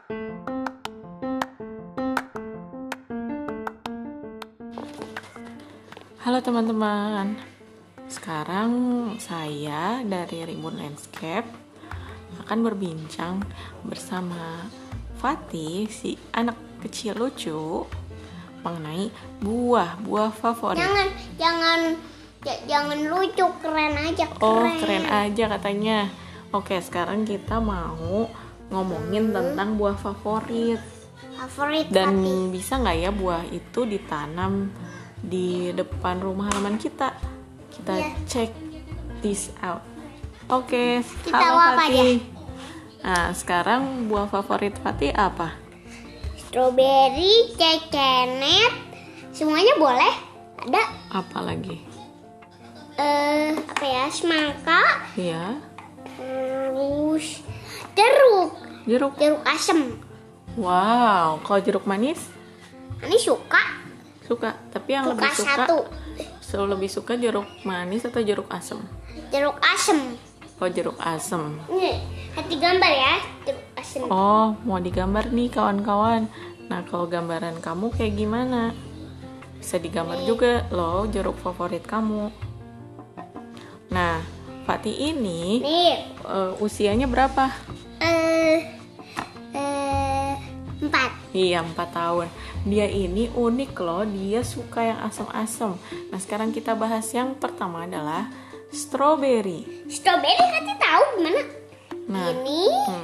Halo teman-teman, sekarang saya dari Rimbun Landscape akan berbincang bersama Fatih, si anak kecil lucu, mengenai buah favorit. Jangan lucu, keren aja. Oh, keren aja katanya. Oke, sekarang kita mau ngomongin tentang buah favorit. Dan Fatih. bisa nggak ya buah itu ditanam di depan rumah halaman kita? Kita check this out. Oke, Kita halo apa Fatih. Nah, sekarang buah favorit Fatih apa? Strawberry, cecenet, semuanya boleh. Ada Apa lagi? apa ya? Semangka, Iya, terus jeruk. jeruk asem. Wow, kalau jeruk manis Ini suka tapi yang lebih satu. lebih suka jeruk manis atau jeruk asem? Jeruk asem. Oh, jeruk asem. Nih, hati gambar ya, jeruk asem. Oh, mau digambar nih kawan-kawan. Nah, kalau gambaran kamu kayak gimana? Bisa digambar juga loh jeruk favorit kamu. Nah, Fatih ini Nih, usianya berapa? 4. Iya, 4 tahun. Dia ini unik loh, dia suka yang asam-asam. Nah, sekarang kita bahas yang pertama adalah strawberry. Strawberry hati tahu gimana? Nah, Ini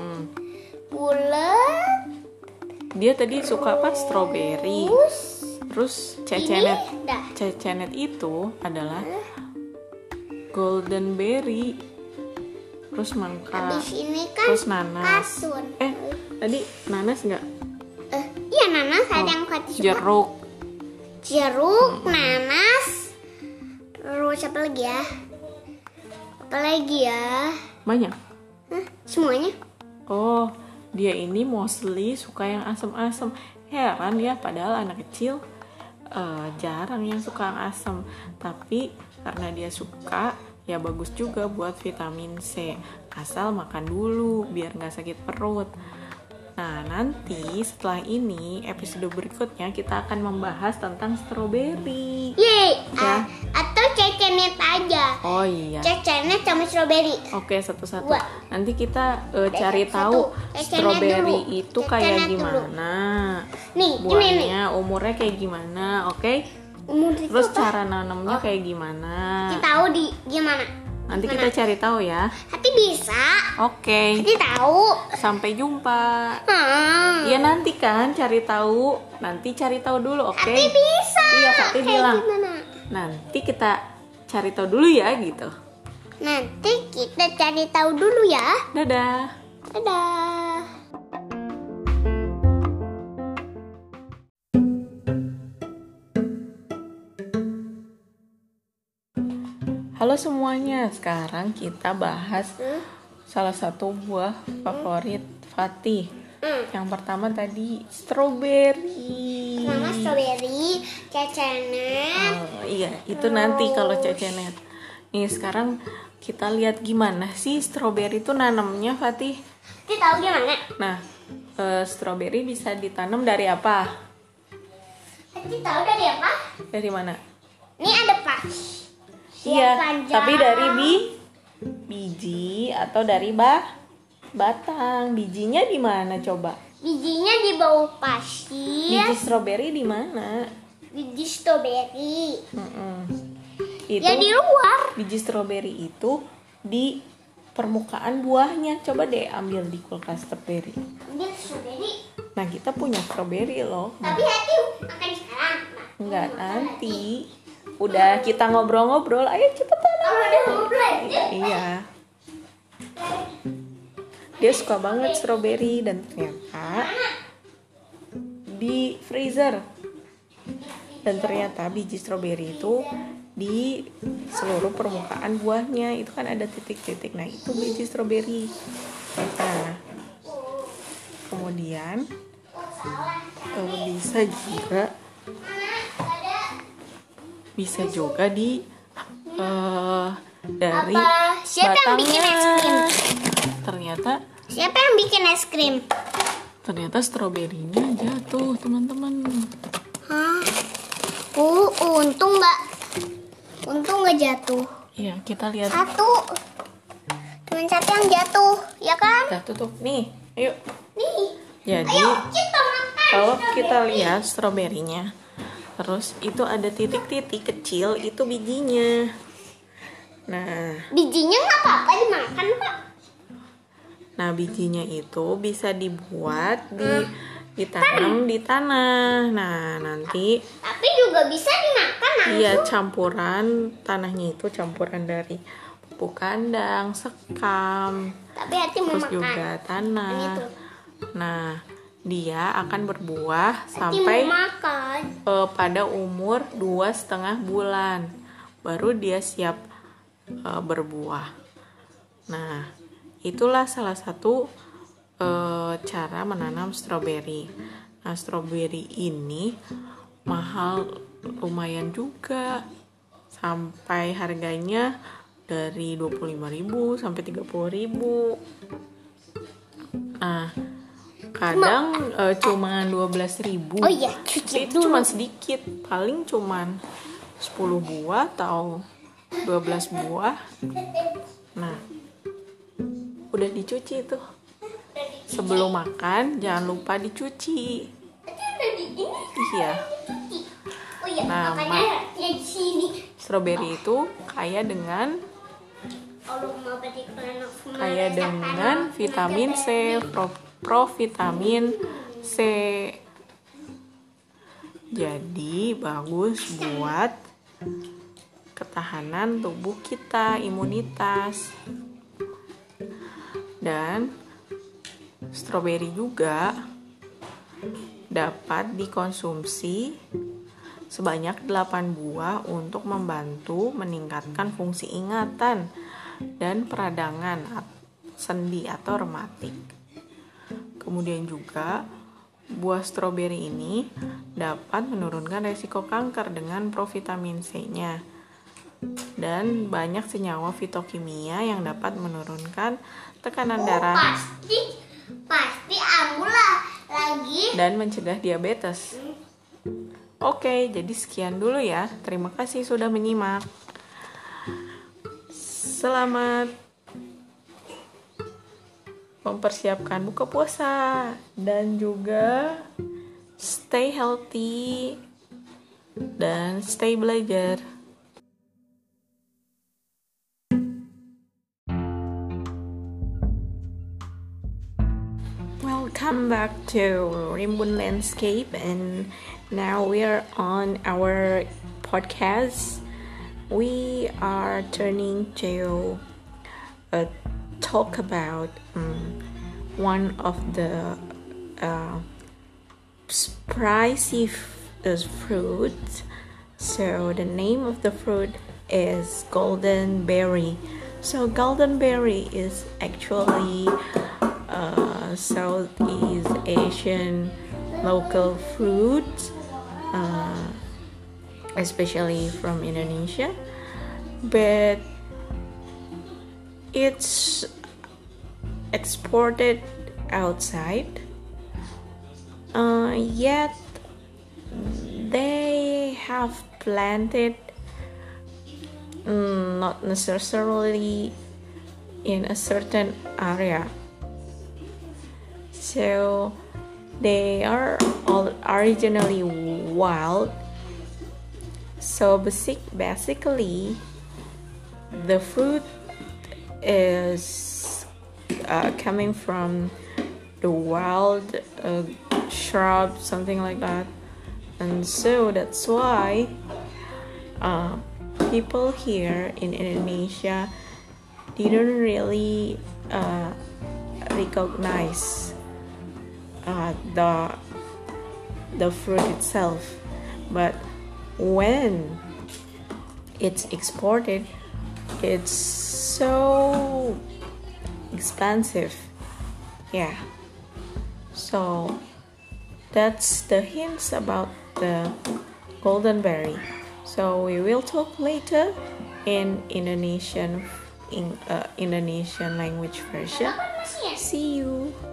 bulat. dia tadi suka apa? Strawberry. Terus cecenet. Ini dah. Cecenet itu adalah golden berry. Terus mangga. Habis ini kan Terus nanas. kartun. Tadi nanas nggak? Iya, nanas ada yang Fatih suka. Jeruk. Nanas. Terus apa lagi ya? Banyak. Semuanya. Oh, dia ini mostly suka yang asam-asam. Heran ya, padahal anak kecil jarang yang suka yang asam. Tapi karena dia suka, ya bagus juga buat vitamin C. Asal makan dulu biar nggak sakit perut. Nah, nanti setelah ini episode berikutnya kita akan membahas tentang strawberry. Yeay. Ya. Atau cecenet aja. Oh iya. Cecenet sama strawberry. Oke, satu-satu. Dua. Nanti kita cari Satu. tahu Cecenet strawberry dulu. itu Cecenet kayak dulu. gimana. Nih, gini nih. Buahnya, umurnya kayak gimana, oke? Umur itu Terus apa? cara nanamnya kayak gimana? Kita tahu di gimana? Nanti kita cari tahu ya. Hati bisa. Oke. Hati tahu. Sampai jumpa. Hmm. Ya nanti kan cari tahu. Nanti cari tahu dulu, oke? Hati bisa. Iya, Fatih Kayak bilang. gimana? Nanti kita cari tahu dulu ya gitu. Nanti kita cari tahu dulu ya. Dadah. Dadah. Halo semuanya, sekarang kita bahas salah satu buah favorit Fatih. Yang pertama tadi strawberry. Nama strawberry, cecenet. Oh, iya, itu nanti kalau cecenet. Nih sekarang kita lihat gimana sih strawberry itu nanamnya, Fatih. Hati tahu gimana? Nah, strawberry bisa ditanam dari apa? Hati tahu dari apa? Dari mana? Ini ada pas. Iya, panjang. tapi dari biji atau dari batang. Bijinya di mana coba? Bijinya di bawah pasir. Biji strawberry di mana? Biji strawberry. Itu Ya di luar. biji strawberry itu di permukaan buahnya. Coba deh ambil di kulkas strawberry. Ambil strawberry. Nah, kita punya strawberry loh. Tapi hati akan sekarang. Enggak, nanti. Udah kita ngobrol-ngobrol, ayo cepetan. Kalau udah ngobrol. Iya. Dia suka banget strawberry dan ternyata di freezer. Dan ternyata biji strawberry itu di seluruh permukaan buahnya itu kan ada titik-titik. Nah, itu biji strawberry. Nah, kemudian bisa juga di dari Siapa yang bikin es krim? Ternyata Siapa yang bikin es krim? Ternyata stroberinya jatuh, teman-teman. Hah? Untung nggak jatuh. Iya, kita lihat. Cuma satu yang jatuh, ya kan? Jatuh tuh. Nih, ayo. Nih. Jadi, Ayo kita makan. kalau kita lihat stroberinya, terus itu ada titik-titik kecil, itu bijinya. Nah, Bijinya nggak apa-apa dimakan, Pak. Nah, bijinya itu bisa dibuat ditanam di tanah. Nah, nanti Tapi juga bisa dimakan langsung. iya, campuran tanahnya itu campuran dari pupuk kandang, sekam, Tapi hati mau terus makan. juga tanah. Itu. Nah, dia akan berbuah Hati sampai mau makan. pada umur 2,5 bulan. Baru dia siap berbuah. Nah, itulah salah satu cara menanam stroberi. Nah, stroberi ini mahal lumayan juga. Sampai harganya dari 25.000 sampai 30.000. Nah, kadang cuma 12.000. Oh iya, Tapi cuci itu dulu. cuma sedikit, paling cuman 10 buah atau 12 buah. Nah, udah dicuci tuh. Sebelum makan jangan lupa dicuci. Iya. Oh iya, Nah, makanya di sini. Stroberi itu kaya dengan vitamin C, provitamin C. Jadi bagus buat ketahanan tubuh kita, imunitas. Dan stroberi juga dapat dikonsumsi sebanyak 8 buah untuk membantu meningkatkan fungsi ingatan dan peradangan sendi atau rematik. Kemudian juga buah stroberi ini dapat menurunkan resiko kanker dengan provitamin C-nya. Dan banyak senyawa fitokimia yang dapat menurunkan tekanan darah Pasti ambulah lagi. dan mencegah diabetes. Oke, jadi sekian dulu ya. Terima kasih sudah menyimak. Selamat mempersiapkan buka puasa dan juga stay healthy dan stay belajar. Welcome back to Rimbun Landscape, and now we are on our podcast. We are turning to talk about one of the spicy fruit. So the name of the fruit is golden berry. So golden berry is actually Southeast Asian local fruit, especially from Indonesia, but it's exported outside, yet they have planted not necessarily in a certain area. So they are all originally wild. So basically the fruit is coming from the wild shrub, something like that. And so that's why people here in Indonesia didn't really recognize the fruit itself, but when it's exported, it's so expensive. Yeah, so that's the hints about the golden berry. So we will talk later in Indonesian language version. See you.